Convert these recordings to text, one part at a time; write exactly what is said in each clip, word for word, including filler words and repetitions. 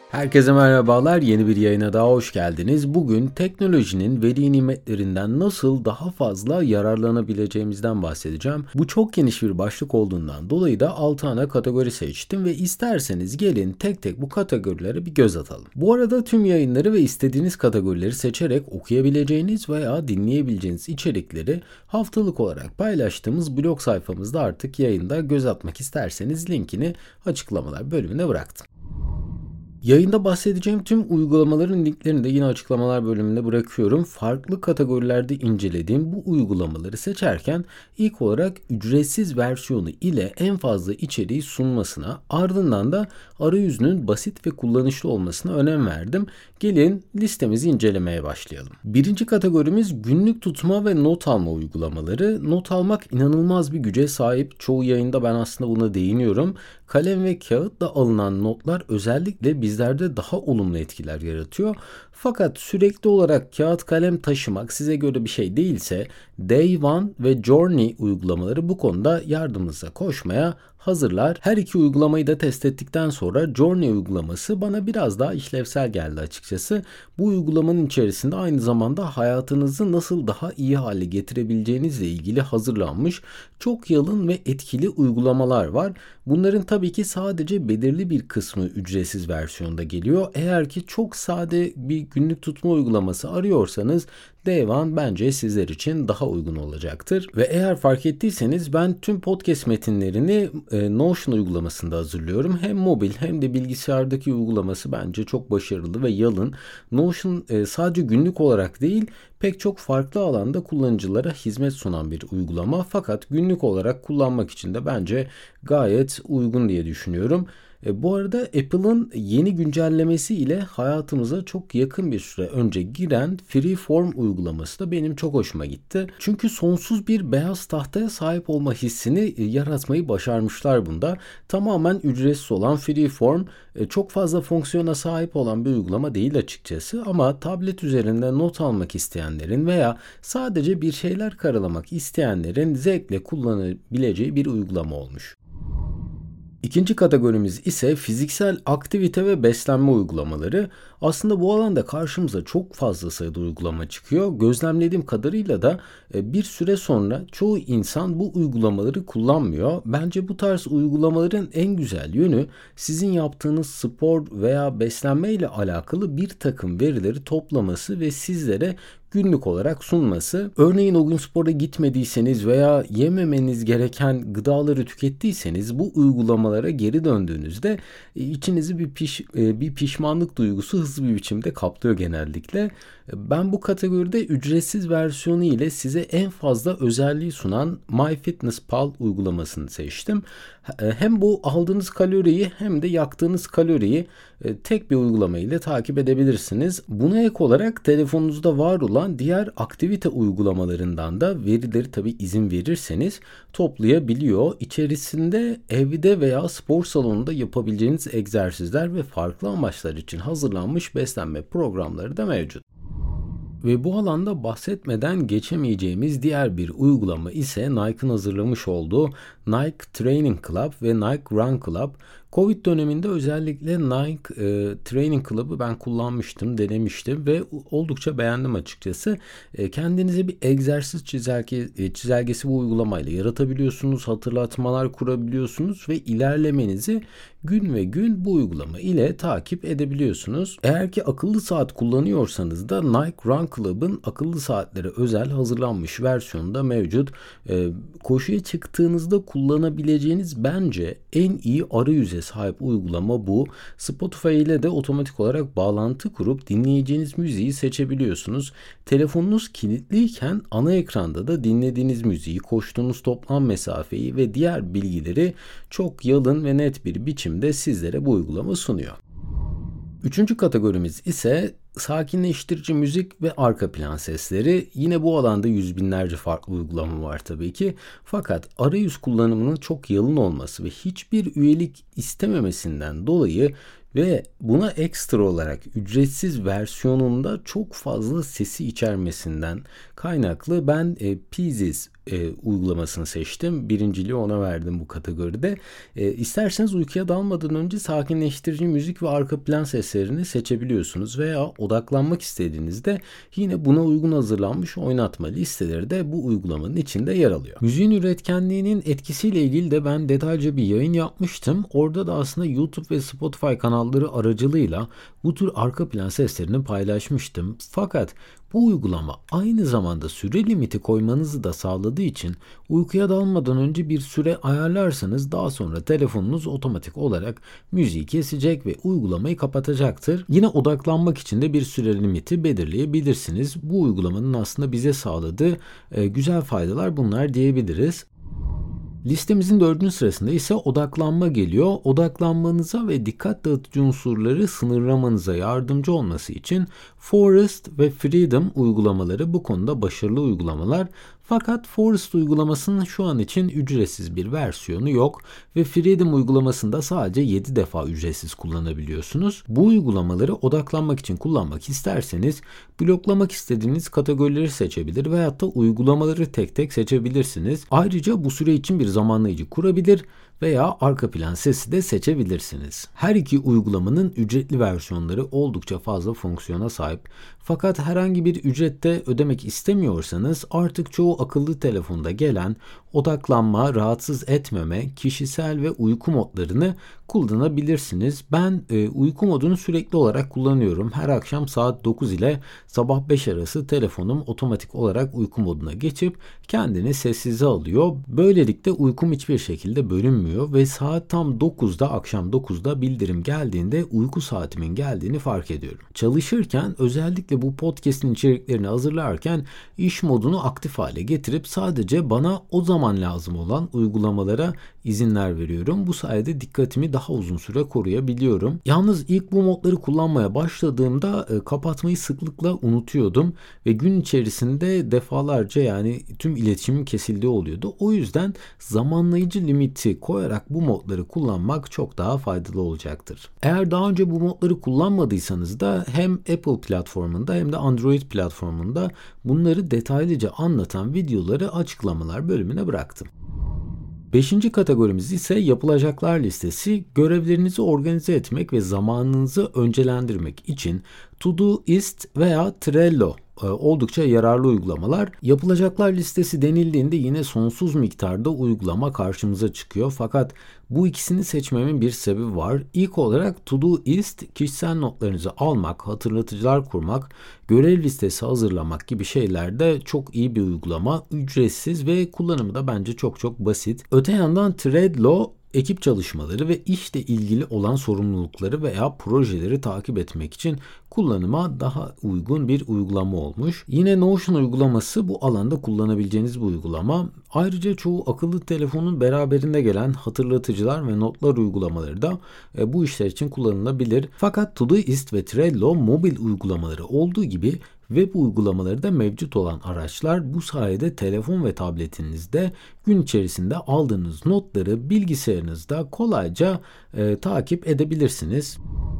Herkese merhabalar, yeni bir yayına daha hoş geldiniz. Bugün teknolojinin veri nimetlerinden nasıl daha fazla yararlanabileceğimizden bahsedeceğim. Bu çok geniş bir başlık olduğundan dolayı da altı ana kategori seçtim ve isterseniz gelin tek tek bu kategorilere bir göz atalım. Bu arada tüm yayınları ve istediğiniz kategorileri seçerek okuyabileceğiniz veya dinleyebileceğiniz içerikleri haftalık olarak paylaştığımız blog sayfamızda artık yayında göz atmak isterseniz linkini açıklamalar bölümüne bıraktım. Yayında bahsedeceğim tüm uygulamaların linklerini de yine açıklamalar bölümünde bırakıyorum. Farklı kategorilerde incelediğim bu uygulamaları seçerken ilk olarak ücretsiz versiyonu ile en fazla içeriği sunmasına, ardından da arayüzünün basit ve kullanışlı olmasına önem verdim. Gelin listemizi incelemeye başlayalım. Birinci kategorimiz günlük tutma ve not alma uygulamaları. Not almak inanılmaz bir güce sahip. Çoğu yayında ben aslında buna değiniyorum. Kalem ve kağıtla alınan notlar özellikle bizlerde daha olumlu etkiler yaratıyor. Fakat sürekli olarak kağıt kalem taşımak size göre bir şey değilse Day One ve Journey uygulamaları bu konuda yardımınıza koşmaya hazırlar. Her iki uygulamayı da test ettikten sonra Journey uygulaması bana biraz daha işlevsel geldi açıkçası. Bu uygulamanın içerisinde aynı zamanda hayatınızı nasıl daha iyi hale getirebileceğinizle ilgili hazırlanmış çok yalın ve etkili uygulamalar var. Bunların tabii ki sadece belirli bir kısmı ücretsiz versiyonda geliyor. Eğer ki çok sade bir günlük tutma uygulaması arıyorsanız Day One bence sizler için daha uygun olacaktır. Ve eğer fark ettiyseniz ben tüm podcast metinlerini e, Notion uygulamasında hazırlıyorum. Hem mobil hem de bilgisayardaki uygulaması bence çok başarılı ve yalın. Notion e, sadece günlük olarak değil, pek çok farklı alanda kullanıcılara hizmet sunan bir uygulama. Fakat günlük olarak kullanmak için de bence gayet uygun diye düşünüyorum. E, bu arada Apple'ın yeni güncellemesi ile hayatımıza çok yakın bir süre önce giren Freeform uygulaması da benim çok hoşuma gitti. Çünkü sonsuz bir beyaz tahtaya sahip olma hissini e, yaratmayı başarmışlar bunda. Tamamen ücretsiz olan Freeform e, çok fazla fonksiyona sahip olan bir uygulama değil açıkçası, ama tablet üzerinde not almak isteyenlerin veya sadece bir şeyler karalamak isteyenlerin zevkle kullanabileceği bir uygulama olmuş. İkinci kategorimiz ise fiziksel aktivite ve beslenme uygulamaları. Aslında bu alanda karşımıza çok fazla sayıda uygulama çıkıyor. Gözlemlediğim kadarıyla da bir süre sonra çoğu insan bu uygulamaları kullanmıyor. Bence bu tarz uygulamaların en güzel yönü sizin yaptığınız spor veya beslenme ile alakalı bir takım verileri toplaması ve sizlere günlük olarak sunması. Örneğin o gün spora gitmediyseniz veya yememeniz gereken gıdaları tükettiyseniz bu uygulamalara geri döndüğünüzde içinizi bir piş, bir pişmanlık duygusu hızlı bir biçimde kaplıyor genellikle. Ben bu kategoride ücretsiz versiyonu ile size en fazla özelliği sunan MyFitnessPal uygulamasını seçtim. Hem bu aldığınız kaloriyi hem de yaktığınız kaloriyi tek bir uygulama ile takip edebilirsiniz. Buna ek olarak telefonunuzda var olan diğer aktivite uygulamalarından da verileri tabii izin verirseniz toplayabiliyor. İçerisinde evde veya spor salonunda yapabileceğiniz egzersizler ve farklı amaçlar için hazırlanmış beslenme programları da mevcut. Ve bu alanda bahsetmeden geçemeyeceğimiz diğer bir uygulama ise Nike'ın hazırlamış olduğu Nike Training Club ve Nike Run Club. Covid döneminde özellikle Nike e, Training Club'ı ben kullanmıştım, denemiştim ve oldukça beğendim açıkçası. E, kendinize bir egzersiz çizelge, e, çizelgesi bu uygulamayla yaratabiliyorsunuz, hatırlatmalar kurabiliyorsunuz ve ilerlemenizi gün ve gün bu uygulama ile takip edebiliyorsunuz. Eğer ki akıllı saat kullanıyorsanız da Nike Run Club'ın akıllı saatlere özel hazırlanmış versiyonu da mevcut. E, koşuya çıktığınızda kullanabileceğiniz bence en iyi arayüze sahip uygulama bu. Spotify ile de otomatik olarak bağlantı kurup dinleyeceğiniz müziği seçebiliyorsunuz. Telefonunuz kilitliyken ana ekranda da dinlediğiniz müziği, koştuğunuz toplam mesafeyi ve diğer bilgileri çok yalın ve net bir biçimde sizlere bu uygulama sunuyor. Üçüncü kategorimiz ise sakinleştirici müzik ve arka plan sesleri. Yine bu alanda yüz binlerce farklı uygulama var tabii ki. Fakat arayüz kullanımının çok yalın olması ve hiçbir üyelik istememesinden dolayı Ve buna ekstra olarak ücretsiz versiyonunda çok fazla sesi içermesinden kaynaklı ben e, Peasys e, uygulamasını seçtim. Birinciliği ona verdim bu kategoride. E, isterseniz uykuya dalmadan önce sakinleştirici müzik ve arka plan seslerini seçebiliyorsunuz veya odaklanmak istediğinizde yine buna uygun hazırlanmış oynatma listeleri de bu uygulamanın içinde yer alıyor. Müziğin üretkenliğinin etkisiyle ilgili de ben detaylıca bir yayın yapmıştım. Orada da aslında YouTube ve Spotify kanalları aracılığıyla bu tür arka plan seslerini paylaşmıştım. Fakat bu uygulama aynı zamanda süre limiti koymanızı da sağladığı için uykuya dalmadan önce bir süre ayarlarsanız daha sonra telefonunuz otomatik olarak müziği kesecek ve uygulamayı kapatacaktır. Yine odaklanmak için de bir süre limiti belirleyebilirsiniz. Bu uygulamanın aslında bize sağladığı e, güzel faydalar bunlar diyebiliriz. Listemizin dördüncü sırasında ise odaklanma geliyor. Odaklanmanıza ve dikkat dağıtıcı unsurları sınırlamanıza yardımcı olması için Forest ve Freedom uygulamaları bu konuda başarılı uygulamalar. Fakat Forest uygulamasının şu an için ücretsiz bir versiyonu yok ve Freedom uygulamasında sadece yedi defa ücretsiz kullanabiliyorsunuz. Bu uygulamaları odaklanmak için kullanmak isterseniz bloklamak istediğiniz kategorileri seçebilir veyahut da uygulamaları tek tek seçebilirsiniz. Ayrıca bu süre için bir zamanlayıcı kurabilir veya arka plan sesi de seçebilirsiniz. Her iki uygulamanın ücretli versiyonları oldukça fazla fonksiyona sahip. Fakat herhangi bir ücrette ödemek istemiyorsanız artık çoğu akıllı telefonda gelen odaklanma, rahatsız etmeme, kişisel ve uyku modlarını kullanabilirsiniz. Ben e, uyku modunu sürekli olarak kullanıyorum. Her akşam saat dokuz ile sabah beş arası telefonum otomatik olarak uyku moduna geçip kendini sessize alıyor. Böylelikle uykum hiçbir şekilde bölünmüyor ve saat tam dokuzda, akşam dokuzda bildirim geldiğinde uyku saatimin geldiğini fark ediyorum. Çalışırken özellikle bu podcast'in içeriklerini hazırlarken iş modunu aktif hale getirip sadece bana o zaman lazım olan uygulamalara izinler veriyorum. Bu sayede dikkatimi daha uzun süre koruyabiliyorum. Yalnız ilk bu modları kullanmaya başladığımda e, kapatmayı sıklıkla unutuyordum ve gün içerisinde defalarca yani tüm iletişimin kesildiği oluyordu. O yüzden zamanlayıcı limiti koyarak bu modları kullanmak çok daha faydalı olacaktır. Eğer daha önce bu modları kullanmadıysanız da hem Apple platformunda hem de Android platformunda bunları detaylıca anlatan videoları açıklamalar bölümüne bıraktım. Beşinci kategorimiz ise yapılacaklar listesi. Görevlerinizi organize etmek ve zamanınızı öncelendirmek için Todoist veya Trello oldukça yararlı uygulamalar. Yapılacaklar listesi denildiğinde yine sonsuz miktarda uygulama karşımıza çıkıyor. Fakat bu ikisini seçmemin bir sebebi var. İlk olarak Todoist kişisel notlarınızı almak, hatırlatıcılar kurmak, görev listesi hazırlamak gibi şeylerde çok iyi bir uygulama. Ücretsiz ve kullanımı da bence çok çok basit. Öte yandan Trello ekip çalışmaları ve işle ilgili olan sorumlulukları veya projeleri takip etmek için kullanıma daha uygun bir uygulama olmuş. Yine Notion uygulaması bu alanda kullanabileceğiniz bir uygulama. Ayrıca çoğu akıllı telefonun beraberinde gelen hatırlatıcılar ve notlar uygulamaları da e, bu işler için kullanılabilir. Fakat Todoist ve Trello mobil uygulamaları olduğu gibi web uygulamaları da mevcut olan araçlar. Bu sayede telefon ve tabletinizde gün içerisinde aldığınız notları bilgisayarınızda kolayca e, takip edebilirsiniz.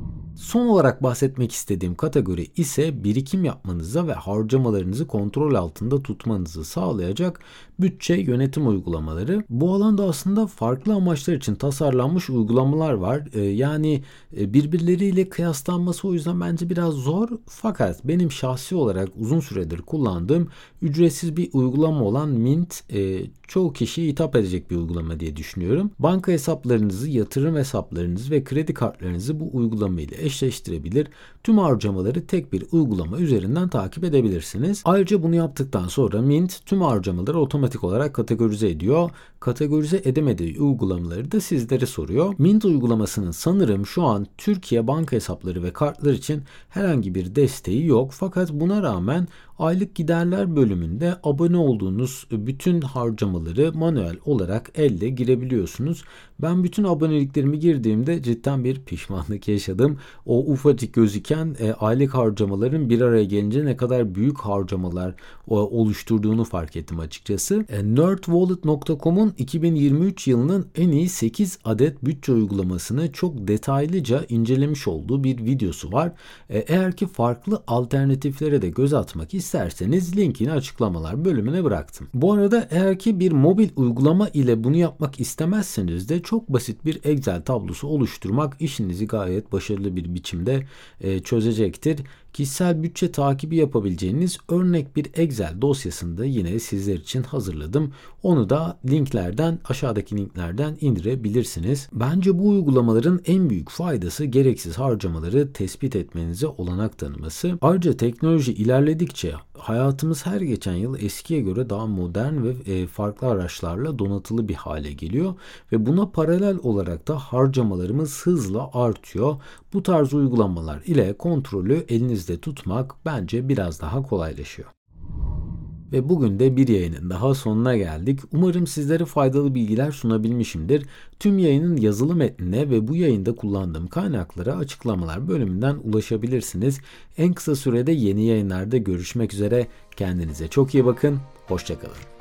Son olarak bahsetmek istediğim kategori ise birikim yapmanıza ve harcamalarınızı kontrol altında tutmanızı sağlayacak bütçe yönetim uygulamaları. Bu alanda aslında farklı amaçlar için tasarlanmış uygulamalar var. Ee, yani birbirleriyle kıyaslanması o yüzden bence biraz zor. Fakat benim şahsi olarak uzun süredir kullandığım ücretsiz bir uygulama olan Mint e, çoğu kişiye hitap edecek bir uygulama diye düşünüyorum. Banka hesaplarınızı, yatırım hesaplarınızı ve kredi kartlarınızı bu uygulama ile eşleştirebilir. Tüm harcamaları tek bir uygulama üzerinden takip edebilirsiniz. Ayrıca bunu yaptıktan sonra Mint tüm harcamaları otomatik olarak kategorize ediyor. Kategorize edemediği uygulamaları da sizlere soruyor. Mint uygulamasının sanırım şu an Türkiye banka hesapları ve kartlar için herhangi bir desteği yok. Fakat buna rağmen Aylık giderler bölümünde abone olduğunuz bütün harcamaları manuel olarak elle girebiliyorsunuz. Ben bütün aboneliklerimi girdiğimde cidden bir pişmanlık yaşadım. O ufacık gözüken e, aylık harcamaların bir araya gelince ne kadar büyük harcamalar o, oluşturduğunu fark ettim açıkçası. E, nerd wallet nokta com'un iki bin yirmi üç yılının en iyi sekiz adet bütçe uygulamasını çok detaylıca incelemiş olduğu bir videosu var. E, eğer ki farklı alternatiflere de göz atmak isterseniz linkini açıklamalar bölümüne bıraktım. Bu arada eğer ki bir mobil uygulama ile bunu yapmak istemezseniz de çok basit bir Excel tablosu oluşturmak işinizi gayet başarılı bir biçimde e, çözecektir. Kişisel bütçe takibi yapabileceğiniz örnek bir Excel dosyasını da yine sizler için hazırladım. Onu da linklerden, aşağıdaki linklerden indirebilirsiniz. Bence bu uygulamaların en büyük faydası gereksiz harcamaları tespit etmenize olanak tanıması. Ayrıca teknoloji ilerledikçe hayatımız her geçen yıl eskiye göre daha modern ve farklı araçlarla donatılı bir hale geliyor ve buna paralel olarak da harcamalarımız hızla artıyor. Bu tarz uygulamalar ile kontrolü elinizde tutmak bence biraz daha kolaylaşıyor. Ve bugün de bir yayının daha sonuna geldik. Umarım sizlere faydalı bilgiler sunabilmişimdir. Tüm yayının yazılı metnine ve bu yayında kullandığım kaynaklara açıklamalar bölümünden ulaşabilirsiniz. En kısa sürede yeni yayınlarda görüşmek üzere. Kendinize çok iyi bakın. Hoşça kalın.